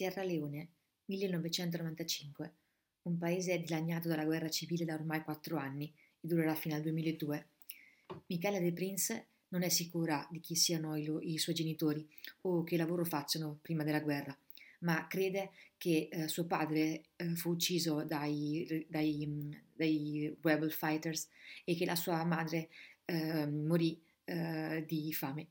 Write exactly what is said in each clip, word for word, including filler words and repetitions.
Sierra Leone, millenovecentonovantacinque, un paese dilaniato dalla guerra civile da ormai quattro anni e durerà fino al duemiladue. Michaela De Prince non è sicura di chi siano i, lo- i suoi genitori o che lavoro facciano prima della guerra, ma crede che eh, suo padre eh, fu ucciso dai, dai, mm, dai rebel fighters e che la sua madre eh, morì eh, di fame.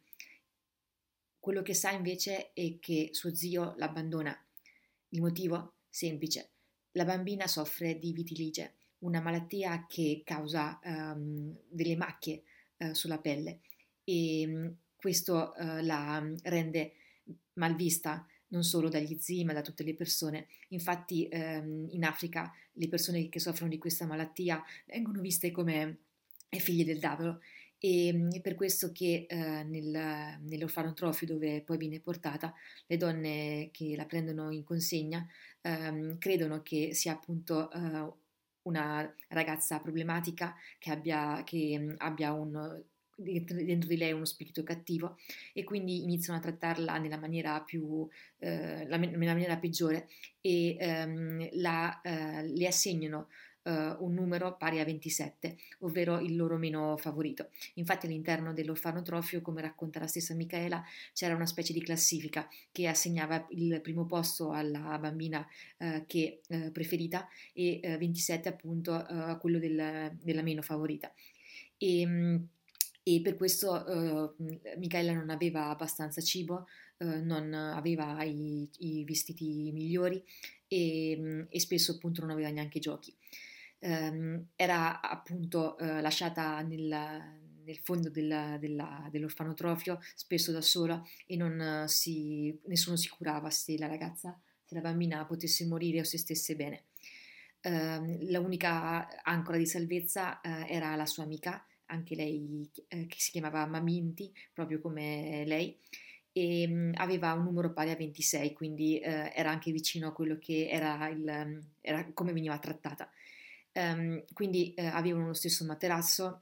Quello che sa invece è che suo zio l'abbandona. Il motivo? Semplice. La bambina soffre di vitilige, una malattia che causa ehm, delle macchie eh, sulla pelle e mh, questo eh, la rende malvista non solo dagli zii ma da tutte le persone. Infatti ehm, in Africa le persone che soffrono di questa malattia vengono viste come figlie del diavolo e mh, è per questo che eh, nel, nell'orfanotrofio dove poi viene portata, le donne che la prendono in consegna ehm, credono che sia appunto eh, una ragazza problematica che abbia, che, mh, abbia un, dentro di lei uno spirito cattivo e quindi iniziano a trattarla nella maniera più eh, la, nella maniera peggiore e ehm, la, eh, le assegnano eh, un numero pari a ventisette, ovvero il loro meno favorito. Infatti all'interno dell'orfanotrofio, come racconta la stessa Michaela, c'era una specie di classifica che assegnava il primo posto alla bambina eh, che, eh, preferita e eh, ventisette appunto eh, a quello del- della meno favorita. E, mh, e per questo eh, Michaela non aveva abbastanza cibo, eh, non aveva i, i vestiti migliori e, mh, e spesso appunto non aveva neanche giochi. Ehm, era appunto eh, lasciata nel, nel fondo della- della- dell'orfanotrofio, spesso da sola, e non eh, si, nessuno si curava se la ragazza, se la bambina potesse morire o se stesse bene. Ehm, la unica ancora di salvezza eh, era la sua amica, anche lei eh, che si chiamava Maminti, proprio come lei, e mh, aveva un numero pari a ventisei, quindi eh, era anche vicino a quello che era, il, era come veniva trattata. Ehm, quindi eh, avevano lo stesso materasso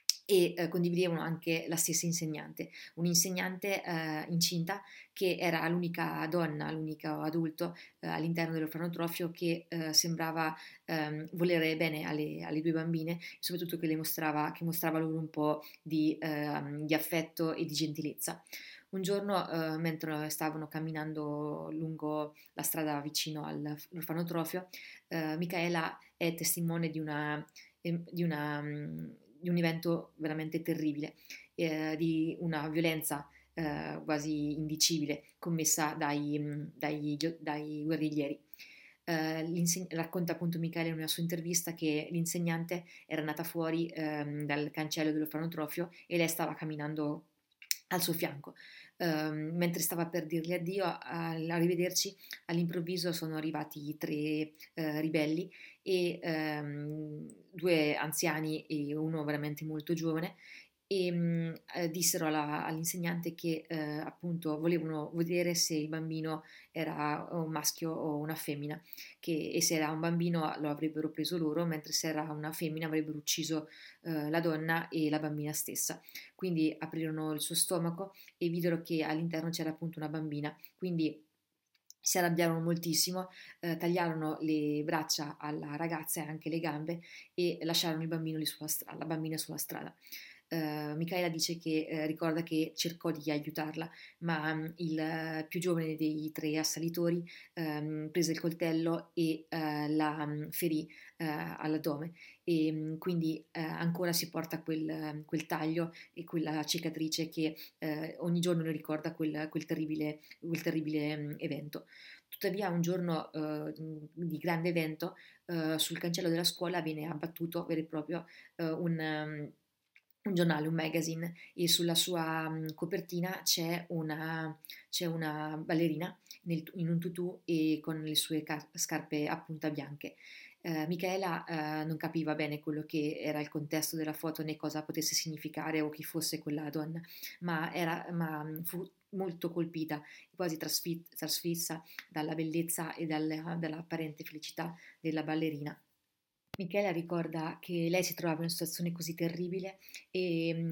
e eh, condividevano anche la stessa insegnante, un'insegnante eh, incinta che era l'unica donna, l'unico adulto eh, all'interno dell'orfanotrofio che eh, sembrava ehm, volere bene alle, alle due bambine, soprattutto che le mostrava, che mostrava loro un po' di, ehm, di affetto e di gentilezza. Un giorno, eh, mentre stavano camminando lungo la strada vicino all'orfanotrofio, eh, Michaela è testimone di una, em- di una, mm, di un evento veramente terribile, eh, di una violenza eh, quasi indicibile commessa dai, mm, dai- dai guerriglieri. Eh, l'inseg- racconta appunto Michele in una sua intervista che l'insegnante era nata fuori ehm, dal cancello dell'orfanotrofio e lei stava camminando al suo fianco. Ehm, mentre stava per dirle addio, al- arrivederci, all'improvviso sono arrivati tre eh, ribelli e ehm, due anziani e uno veramente molto giovane e mh, eh, dissero alla- all'insegnante che eh, appunto volevano vedere se il bambino era un maschio o una femmina, che, e se era un bambino lo avrebbero preso loro, mentre se era una femmina avrebbero ucciso eh, la donna e la bambina stessa. Quindi aprirono il suo stomaco e videro che all'interno c'era appunto una bambina, quindi si arrabbiarono moltissimo, eh, tagliarono le braccia alla ragazza e anche le gambe e lasciarono il bambino lì sulla stra- la bambina sulla strada. Uh, Michaela dice che uh, ricorda che cercò di aiutarla, ma um, il uh, più giovane dei tre assalitori um, prese il coltello e uh, la um, ferì uh, all'addome e um, quindi uh, ancora si porta quel, um, quel taglio e quella cicatrice che uh, ogni giorno le ricorda quel, quel terribile, quel terribile um, evento. Tuttavia un giorno uh, di grande evento uh, sul cancello della scuola viene abbattuto vero e proprio uh, un... Um, un giornale, un magazine e sulla sua mh, copertina c'è una, c'è una ballerina nel- in un tutù e con le sue car- scarpe a punta bianche. Eh, Michaela eh, non capiva bene quello che era il contesto della foto né cosa potesse significare o chi fosse quella donna, ma, era, ma mh, fu molto colpita, quasi trasfi- trasfissa dalla bellezza e dalla, dall'apparente felicità della ballerina. Michela ricorda che lei si trovava in una situazione così terribile e mh,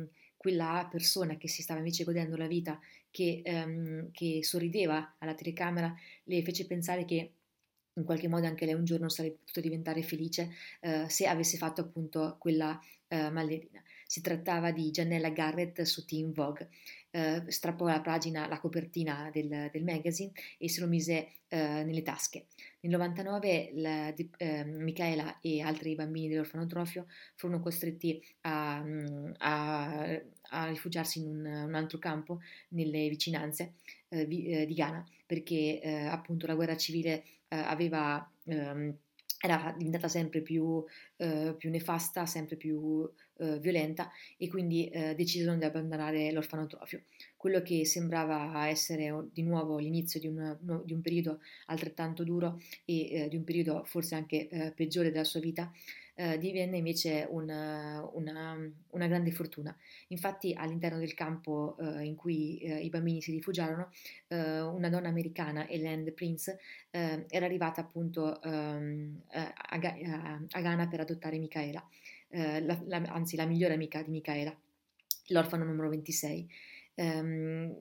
quella persona che si stava invece godendo la vita, che, ehm, che sorrideva alla telecamera, le fece pensare che in qualche modo anche lei un giorno sarebbe potuta diventare felice eh, se avesse fatto appunto quella eh, ballerina. Si trattava di Gianella Garrett su Teen Vogue. Eh, strappò la pagina, la copertina del, del magazine e se lo mise eh, nelle tasche. Nel novantanove la, di, eh, Michaela e altri bambini dell'orfanotrofio furono costretti a, a, a rifugiarsi in un, un altro campo nelle vicinanze eh, vi, eh, di Ghana perché eh, appunto la guerra civile eh, aveva, ehm, era diventata sempre più, eh, più nefasta, sempre più eh, violenta e quindi eh, decisero di abbandonare l'orfanotrofio. Quello che sembrava essere di nuovo l'inizio di un, no, di un periodo altrettanto duro e eh, di un periodo forse anche eh, peggiore della sua vita, eh, divenne invece una, una, una, grande fortuna. Infatti all'interno del campo eh, in cui eh, i bambini si rifugiarono, eh, una donna americana, Elaine Prince, eh, era arrivata appunto ehm, a, a, a Ghana per adottare Michaela, eh, la, la, anzi la migliore amica di Michaela, l'orfano numero ventisei. Um,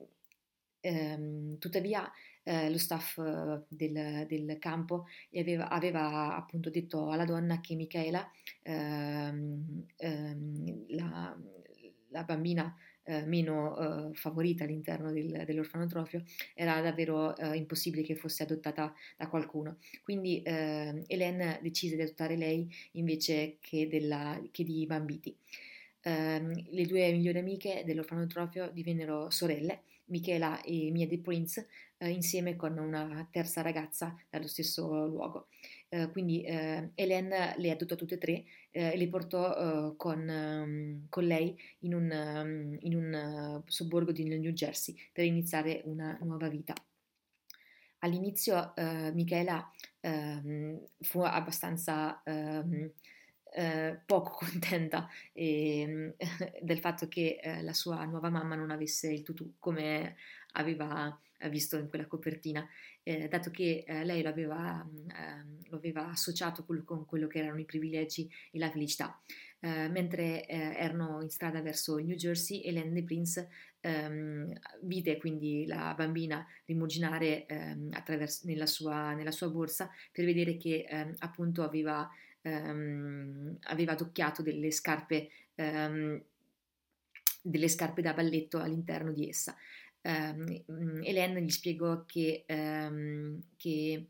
um, tuttavia eh, lo staff eh, del, del campo aveva, aveva appunto detto alla donna che Michaela, ehm, ehm, la, la bambina eh, meno eh, favorita all'interno del, dell'orfanotrofio, era davvero eh, impossibile che fosse adottata da qualcuno. Quindi eh, Hélène decise di adottare lei invece che, della, che di Bambiti. Eh, le due migliori amiche dell'orfanotrofio divennero sorelle, Michela e Mia De Prince, eh, insieme con una terza ragazza dallo stesso luogo. Eh, quindi eh, Hélène le adottò tutte e tre eh, e le portò eh, con, um, con lei in un, um, in un uh, sobborgo di New Jersey per iniziare una nuova vita. All'inizio eh, Michela ehm, fu abbastanza ehm, eh, poco contenta e, del fatto che eh, la sua nuova mamma non avesse il tutù come aveva visto in quella copertina, eh, dato che eh, lei lo aveva, ehm, lo aveva associato con, con quello che erano i privilegi e la felicità. Eh, mentre eh, erano in strada verso il New Jersey, Hélène Prince ehm, vide quindi la bambina rimuginare ehm, attraverso, nella, sua, nella sua borsa per vedere che ehm, appunto aveva, ehm, aveva adocchiato delle scarpe, ehm, delle scarpe da balletto all'interno di essa. Um, Hélène gli spiegò che, um, che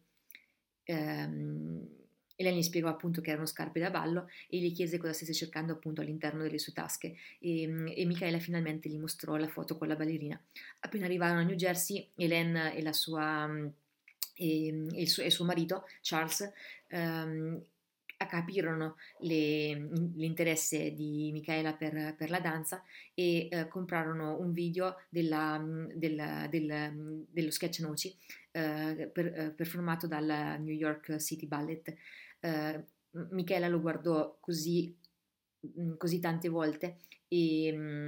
um, Hélène gli spiegò appunto che erano scarpe da ballo e gli chiese cosa stesse cercando appunto all'interno delle sue tasche e, e Michaela finalmente gli mostrò la foto con la ballerina. Appena arrivarono a New Jersey, Hélène e la sua e, e, il, suo, e il suo marito Charles um, capirono le, l'interesse di Michaela per, per la danza e eh, comprarono un video della, del, del, dello sketch Noci eh, per, eh, performato dal New York City Ballet. Eh, Michaela lo guardò così, così tante volte e,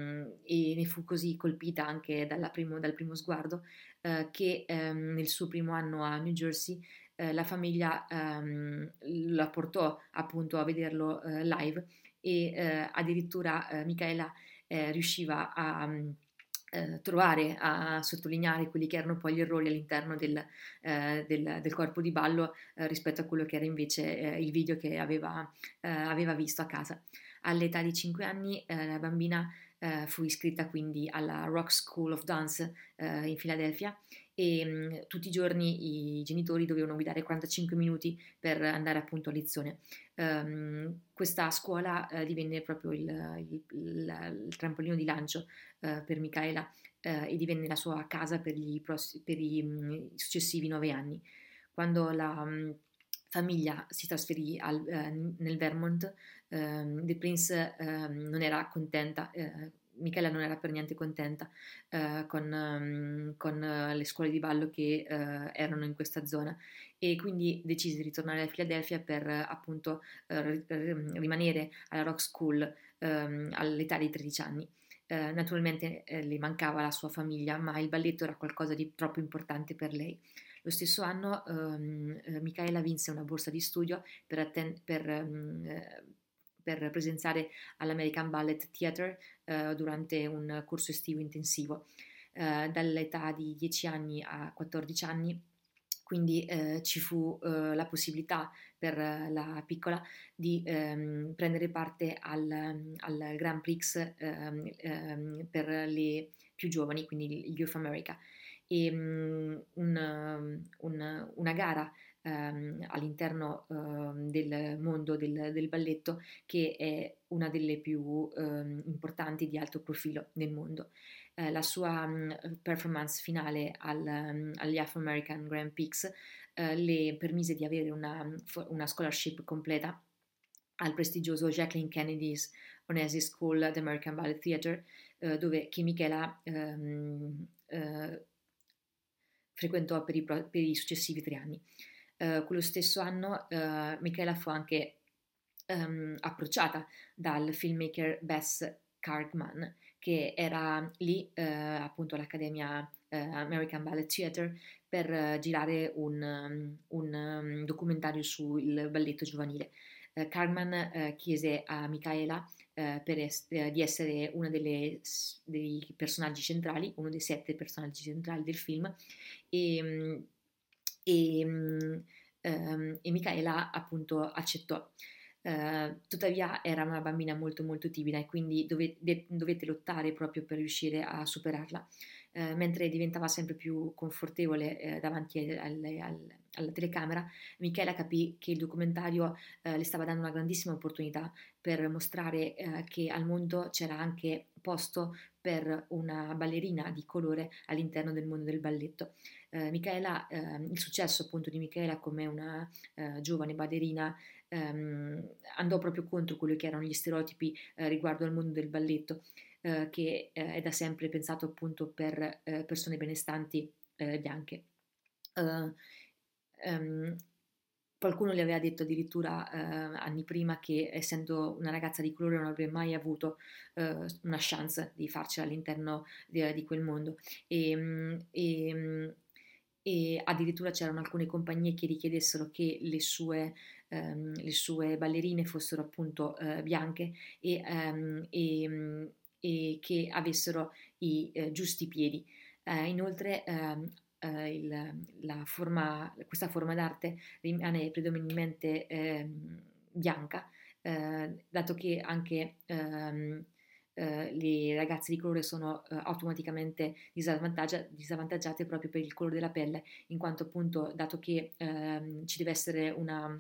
e ne fu così colpita anche dalla primo, dal primo sguardo eh, che ehm, nel suo primo anno a New Jersey eh, la famiglia ehm, la portò appunto a vederlo eh, live e eh, addirittura eh, Michaela eh, riusciva a eh, trovare, a sottolineare quelli che erano poi gli errori all'interno del, eh, del, del corpo di ballo eh, rispetto a quello che era invece eh, il video che aveva, eh, aveva visto a casa. All'età di cinque anni eh, la bambina eh, fu iscritta quindi alla Rock School of Dance eh, in Filadelfia e mh, tutti i giorni i genitori dovevano guidare quarantacinque minuti per andare appunto a lezione. Um, questa scuola uh, divenne proprio il, il, il, il trampolino di lancio uh, per Michaela uh, e divenne la sua casa per, gli pross- per i mh, successivi nove anni. Quando la mh, famiglia si trasferì al, uh, nel Vermont, uh, The Prince uh, non era contenta. Uh, Michela non era per niente contenta uh, con, um, con uh, le scuole di ballo che uh, erano in questa zona e quindi decise di ritornare a Filadelfia per uh, appunto uh, rimanere alla Rock School um, all'età di tredici anni. Uh, naturalmente uh, le mancava la sua famiglia, ma il balletto era qualcosa di troppo importante per lei. Lo stesso anno um, uh, Michaela vinse una borsa di studio per, atten- per um, uh, per presenziare all'American Ballet Theatre eh, durante un corso estivo intensivo, eh, dall'età di dieci anni a quattordici anni. Quindi eh, ci fu eh, la possibilità per eh, la piccola di ehm, prendere parte al, al Grand Prix ehm, ehm, per le più giovani, quindi il Youth America. E um, un, un, una gara ehm, all'interno ehm, del mondo del, del balletto, che è una delle più ehm, importanti di alto profilo nel mondo. Eh, la sua um, performance finale al, um, agli Afro American Grand Prix eh, le permise di avere una, una scholarship completa al prestigioso Jacqueline Kennedy's Onassis School at American Ballet Theatre, eh, dove che Michela ehm, eh, frequentò per i, pro- per i successivi tre anni. Eh, quello stesso anno eh, Michela fu anche ehm, approcciata dal filmmaker Bess Kargman, che era lì eh, appunto all'Accademia eh, American Ballet Theatre per eh, girare un, um, un um, documentario sul balletto giovanile. Eh, Kargman eh, chiese a Michaela eh, per es- eh, di essere uno delle, dei personaggi centrali, uno dei sette personaggi centrali del film, e, mm, e, mm, ehm, e Michaela appunto accettò. Uh, tuttavia era una bambina molto molto timida e quindi dove, de, dovette lottare proprio per riuscire a superarla. Uh, mentre diventava sempre più confortevole uh, davanti al, al, alla telecamera, Michela capì che il documentario uh, le stava dando una grandissima opportunità per mostrare uh, che al mondo c'era anche posto per una ballerina di colore all'interno del mondo del balletto. Uh, Michaela, il successo appunto di Michaela come una giovane ballerina ehm, andò proprio contro quelli che erano gli stereotipi eh, riguardo al mondo del balletto, eh, che eh, è da sempre pensato appunto per eh, persone benestanti eh, bianche. Uh, um, Qualcuno le aveva detto addirittura eh, anni prima che essendo una ragazza di colore non avrebbe mai avuto eh, una chance di farcela all'interno di, di quel mondo. E, e, e addirittura c'erano alcune compagnie che richiedessero che le sue, ehm, le sue ballerine fossero appunto eh, bianche e, ehm, e, e che avessero i eh, giusti piedi. Eh, inoltre ehm, eh, il, la forma, questa forma d'arte rimane predominantemente ehm, bianca, eh, dato che anche ehm, eh, le ragazze di colore sono eh, automaticamente disavvantaggia- disavvantaggiate proprio per il colore della pelle, in quanto appunto, dato che ehm, ci deve essere una,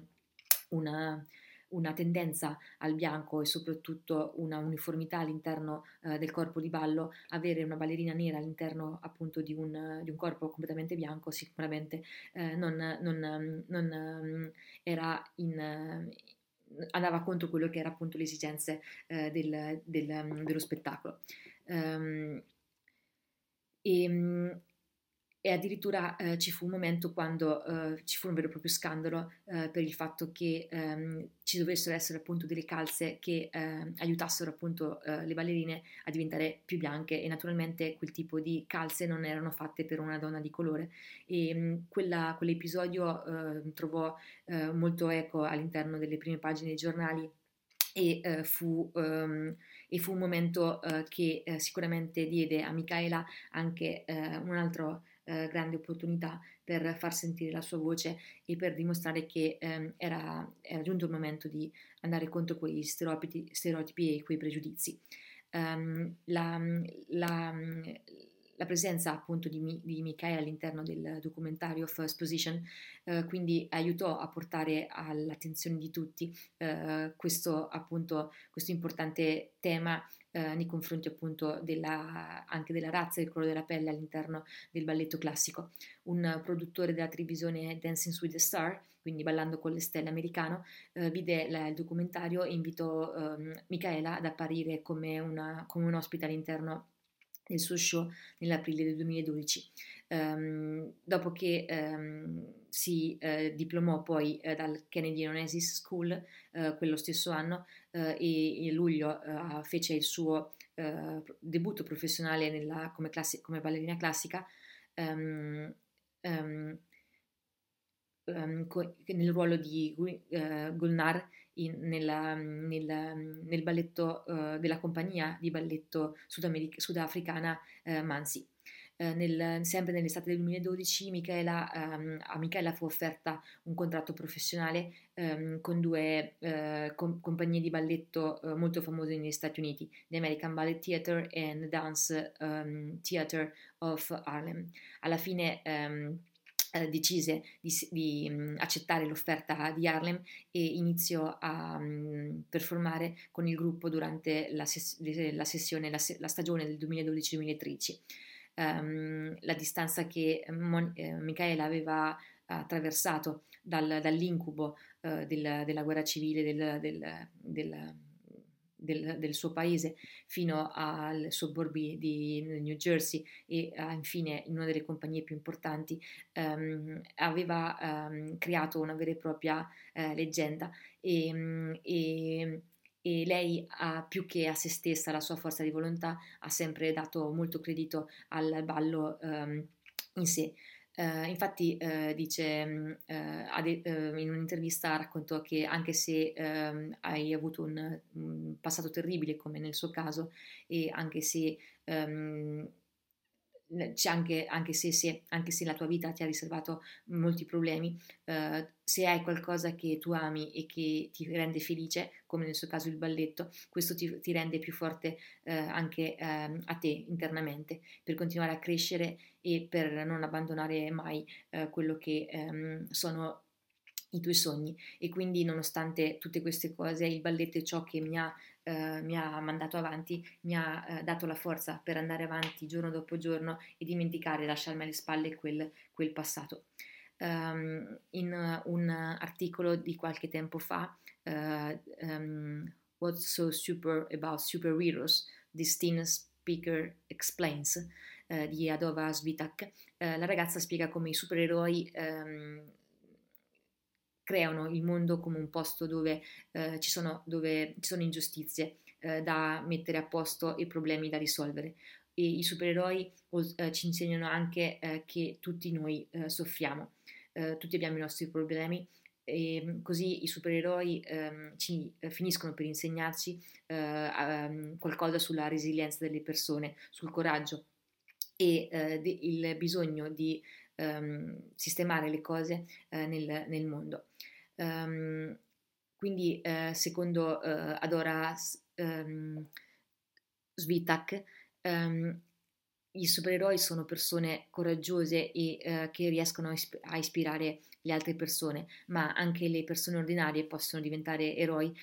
una una tendenza al bianco e soprattutto una uniformità all'interno eh, del corpo di ballo, avere una ballerina nera all'interno appunto di un, di un corpo completamente bianco sicuramente eh, non, non, non um, era in, uh, andava contro quello che era appunto le esigenze eh, del, del, um, dello spettacolo. Um, e, um, e addirittura eh, ci fu un momento quando eh, ci fu un vero e proprio scandalo eh, per il fatto che ehm, ci dovessero essere appunto delle calze che eh, aiutassero appunto eh, le ballerine a diventare più bianche, e naturalmente quel tipo di calze non erano fatte per una donna di colore, e mh, quella, quell'episodio eh, trovò eh, molto eco all'interno delle prime pagine dei giornali. E, eh, fu, um, e fu un momento uh, che uh, sicuramente diede a Michaela anche uh, un altro uh, grande opportunità per far sentire la sua voce e per dimostrare che um, era, era giunto il momento di andare contro quegli stereotipi, stereotipi e quei pregiudizi. Um, la, la, la presenza appunto di, di Michaela all'interno del documentario First Position eh, quindi aiutò a portare all'attenzione di tutti eh, questo appunto questo importante tema eh, nei confronti appunto della, anche della razza e del colore della pelle all'interno del balletto classico. Un produttore della televisione Dancing with the Star, quindi Ballando con le stelle americano, eh, vide la, il documentario e invitò ehm, Michaela ad apparire come, una, come un ospite all'interno del suo show nell'aprile del duemiladodici. Um, dopo che um, si uh, diplomò poi uh, dal Kennedy Onassis School uh, quello stesso anno uh, e in luglio uh, fece il suo uh, debutto professionale nella, come, classi- come ballerina classica um, um, um, co- nel ruolo di uh, Gulnar in, nella, nel, nel balletto uh, della compagnia di balletto sudameric- sudafricana uh, Mansi. Uh, nel, sempre nell'estate del duemiladodici Michaela, um, a Michaela fu offerta un contratto professionale um, con due uh, com- compagnie di balletto uh, molto famose negli Stati Uniti, the American Ballet Theatre and Dance um, Theatre of Harlem. Alla fine um, eh, decise di, di um, accettare l'offerta di Harlem e iniziò a um, performare con il gruppo durante la, ses- la sessione, la, se- la stagione del duemiladodici-duemilatredici. Um, la distanza che Mon- eh, Michaela aveva attraversato dal, dall'incubo uh, del, della guerra civile del, del, del, del, del suo paese fino ai sobborghi di New Jersey e uh, infine in una delle compagnie più importanti, um, aveva um, creato una vera e propria uh, leggenda e, um, e e lei ha, più che a se stessa, alla sua forza di volontà, ha sempre dato molto credito al ballo um, in sé. Uh, infatti uh, dice uh, ade- uh, in un'intervista raccontò che anche se uh, hai avuto un, un passato terribile come nel suo caso e anche se um, c'è anche, anche, se, se, anche se la tua vita ti ha riservato molti problemi, uh, se hai qualcosa che tu ami e che ti rende felice, come nel suo caso il balletto, questo ti, ti rende più forte uh, anche uh, a te internamente, per continuare a crescere e per non abbandonare mai uh, quello che um, sono i tuoi sogni. E quindi nonostante tutte queste cose il balletto è ciò che mi ha Uh, mi ha mandato avanti, mi ha uh, dato la forza per andare avanti giorno dopo giorno e dimenticare, lasciarmi alle spalle quel, quel passato. Um, in uh, un articolo di qualche tempo fa, uh, um, What's So Super About Superheroes? This teen speaker explains, uh, di Adova Svitak, uh, la ragazza spiega come i supereroi um, creano il mondo come un posto dove, eh, ci, sono, dove ci sono ingiustizie eh, da mettere a posto e problemi da risolvere. E i supereroi eh, ci insegnano anche eh, che tutti noi eh, soffriamo, eh, tutti abbiamo i nostri problemi e così i supereroi ehm, ci eh, finiscono per insegnarci eh, um, qualcosa sulla resilienza delle persone, sul coraggio e eh, de- il bisogno di um, sistemare le cose eh, nel, nel mondo. Um, quindi, eh, secondo eh, Adora um, Svitak, um, i supereroi sono persone coraggiose e eh, che riescono a, isp- a ispirare le altre persone, ma anche le persone ordinarie possono diventare eroi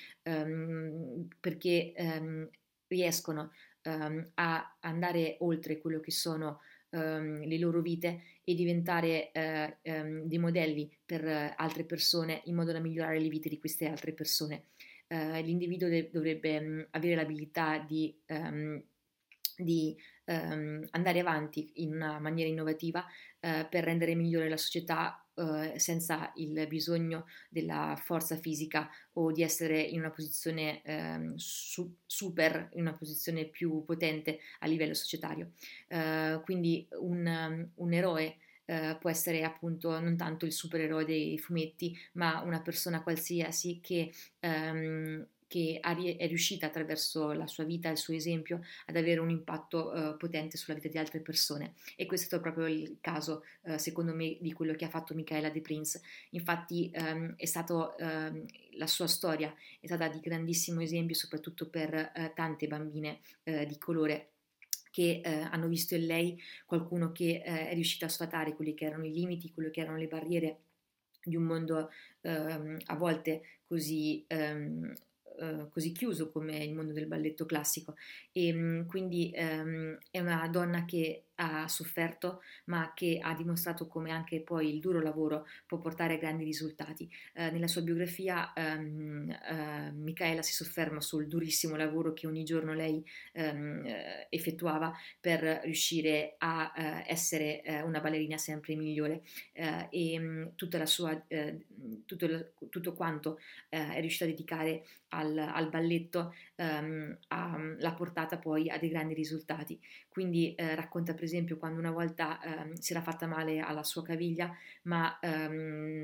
um, perché um, riescono um, a andare oltre quello che sono um, le loro vite e diventare uh, um, dei modelli per uh, altre persone in modo da migliorare le vite di queste altre persone. Uh, l'individuo de- dovrebbe um, avere l'abilità di, um, di um, andare avanti in una maniera innovativa uh, per rendere migliore la società uh, senza il bisogno della forza fisica o di essere in una posizione um, su- super, in una posizione più potente a livello societario. Uh, quindi un, um, un eroe Uh, può essere appunto non tanto il supereroe dei fumetti, ma una persona qualsiasi che, um, che è riuscita attraverso la sua vita e il suo esempio ad avere un impatto uh, potente sulla vita di altre persone. E questo è stato proprio il caso, uh, secondo me, di quello che ha fatto Michaela De Prince. Infatti um, è stato, um, la sua storia è stata di grandissimo esempio, soprattutto per uh, tante bambine uh, di colore che eh, hanno visto in lei qualcuno che eh, è riuscito a sfatare quelli che erano i limiti, quelli che erano le barriere di un mondo ehm, a volte così, ehm, eh, così chiuso come il mondo del balletto classico. E mh, quindi ehm, è una donna che ha sofferto ma che ha dimostrato come anche poi il duro lavoro può portare a grandi risultati. Eh, nella sua biografia ehm, eh, Michaela si sofferma sul durissimo lavoro che ogni giorno lei ehm, eh, effettuava per riuscire a eh, essere eh, una ballerina sempre migliore eh, e mh, tutta la sua, eh, tutto, tutto quanto eh, è riuscita a dedicare al, al balletto ehm, ha, l'ha portata poi a dei grandi risultati. Quindi eh, racconta per esempio quando una volta ehm, si era fatta male alla sua caviglia, ma ehm,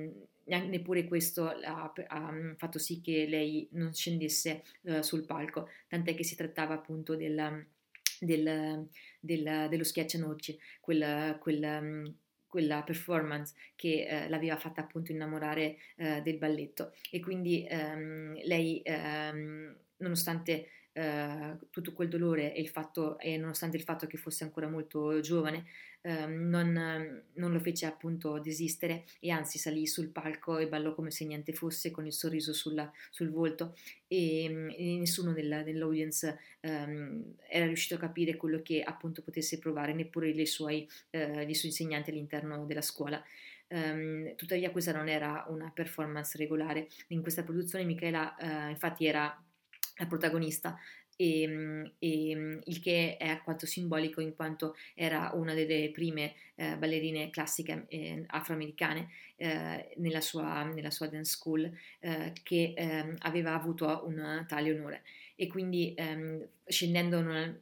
neppure questo ha, ha fatto sì che lei non scendesse uh, sul palco, tant'è che si trattava appunto del, del, del, dello sketch a noci, quel, quel, um, quella performance che eh, l'aveva fatta appunto innamorare eh, del balletto, e quindi ehm, lei ehm, nonostante eh, tutto quel dolore e il fatto e nonostante il fatto che fosse ancora molto giovane, ehm, non, non lo fece appunto desistere, e anzi salì sul palco e ballò come se niente fosse, con il sorriso sulla, sul volto, e, e nessuno nella, nell'audience ehm, era riuscito a capire quello che appunto potesse provare, neppure i suoi, eh, i suoi insegnanti all'interno della scuola. Um, tuttavia questa non era una performance regolare. In questa produzione Michaela uh, infatti era la protagonista, e, e il che è alquanto simbolico, in quanto era una delle prime eh, ballerine classiche eh, afroamericane eh, nella, sua, nella sua dance school, eh, che eh, aveva avuto un tale onore, e quindi ehm, scendendo,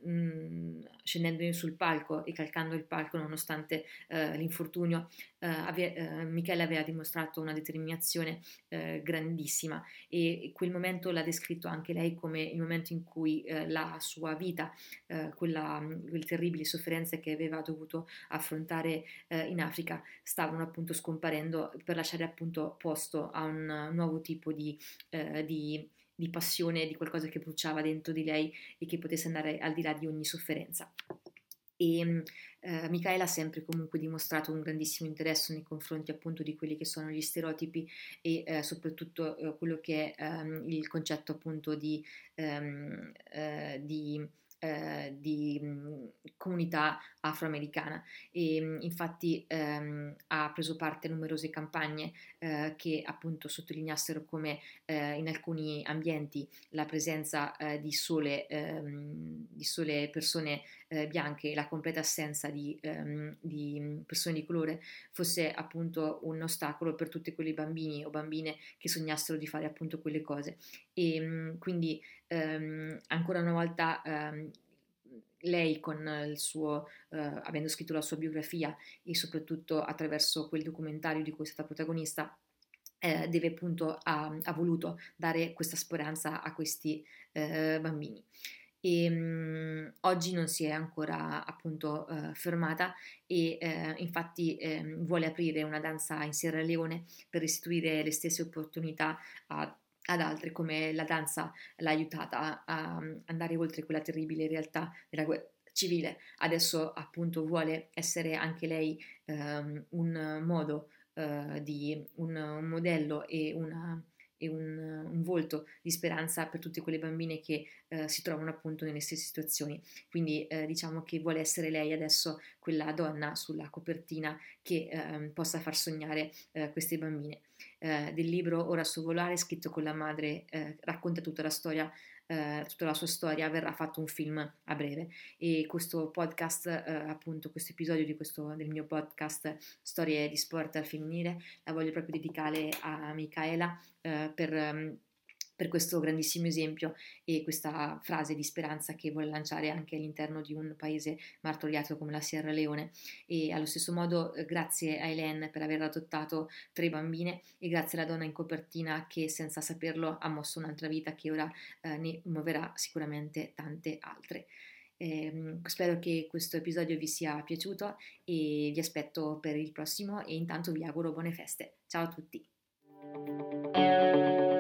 mh, scendendo sul palco e calcando il palco nonostante eh, l'infortunio, eh, ave, eh, Michele aveva dimostrato una determinazione eh, grandissima, e quel momento l'ha descritto anche lei come il momento in cui eh, la sua vita, eh, quella, quelle terribili sofferenze che aveva dovuto affrontare eh, in Africa, stavano appunto scomparendo, per lasciare appunto posto a un nuovo tipo di, eh, di di passione, di qualcosa che bruciava dentro di lei e che potesse andare al di là di ogni sofferenza. E eh, Michaela ha sempre comunque dimostrato un grandissimo interesse nei confronti appunto di quelli che sono gli stereotipi, e eh, soprattutto eh, quello che è ehm, il concetto appunto di, ehm, eh, di eh, di mh, comunità afroamericana, e mh, infatti ehm, ha preso parte a numerose campagne eh, che appunto sottolineassero come eh, in alcuni ambienti la presenza eh, di, sole, ehm, di sole persone eh, bianche e la completa assenza di, ehm, di persone di colore fosse appunto un ostacolo per tutti quei bambini o bambine che sognassero di fare appunto quelle cose. E mh, quindi ehm, ancora una volta ehm, lei con il suo, eh, avendo scritto la sua biografia e soprattutto attraverso quel documentario di cui è stata protagonista, eh, deve appunto ha, ha voluto dare questa speranza a questi eh, bambini. E mh, oggi non si è ancora appunto eh, fermata, e eh, infatti eh, vuole aprire una danza in Sierra Leone per restituire le stesse opportunità a ad altre, come la danza l'ha aiutata a, a andare oltre quella terribile realtà della guerra civile. Adesso appunto vuole essere anche lei ehm, un modo eh, di un, un modello e, una, e un, un volto di speranza per tutte quelle bambine che eh, si trovano appunto nelle stesse situazioni. Quindi eh, diciamo che vuole essere lei adesso quella donna sulla copertina che eh, possa far sognare eh, queste bambine. Eh, del libro Ora so volare, scritto con la madre, eh, racconta tutta la storia, eh, tutta la sua storia, verrà fatto un film a breve, e questo podcast, eh, appunto questo episodio di questo, del mio podcast Storie di sport al femminile, la voglio proprio dedicare a Michaela eh, per... Um, per questo grandissimo esempio e questa frase di speranza che vuole lanciare anche all'interno di un paese martoriato come la Sierra Leone. E allo stesso modo eh, grazie a Hélène per aver adottato tre bambine, e grazie alla donna in copertina che senza saperlo ha mosso un'altra vita che ora eh, ne muoverà sicuramente tante altre. Eh, spero che questo episodio vi sia piaciuto e vi aspetto per il prossimo, e intanto vi auguro buone feste. Ciao a tutti!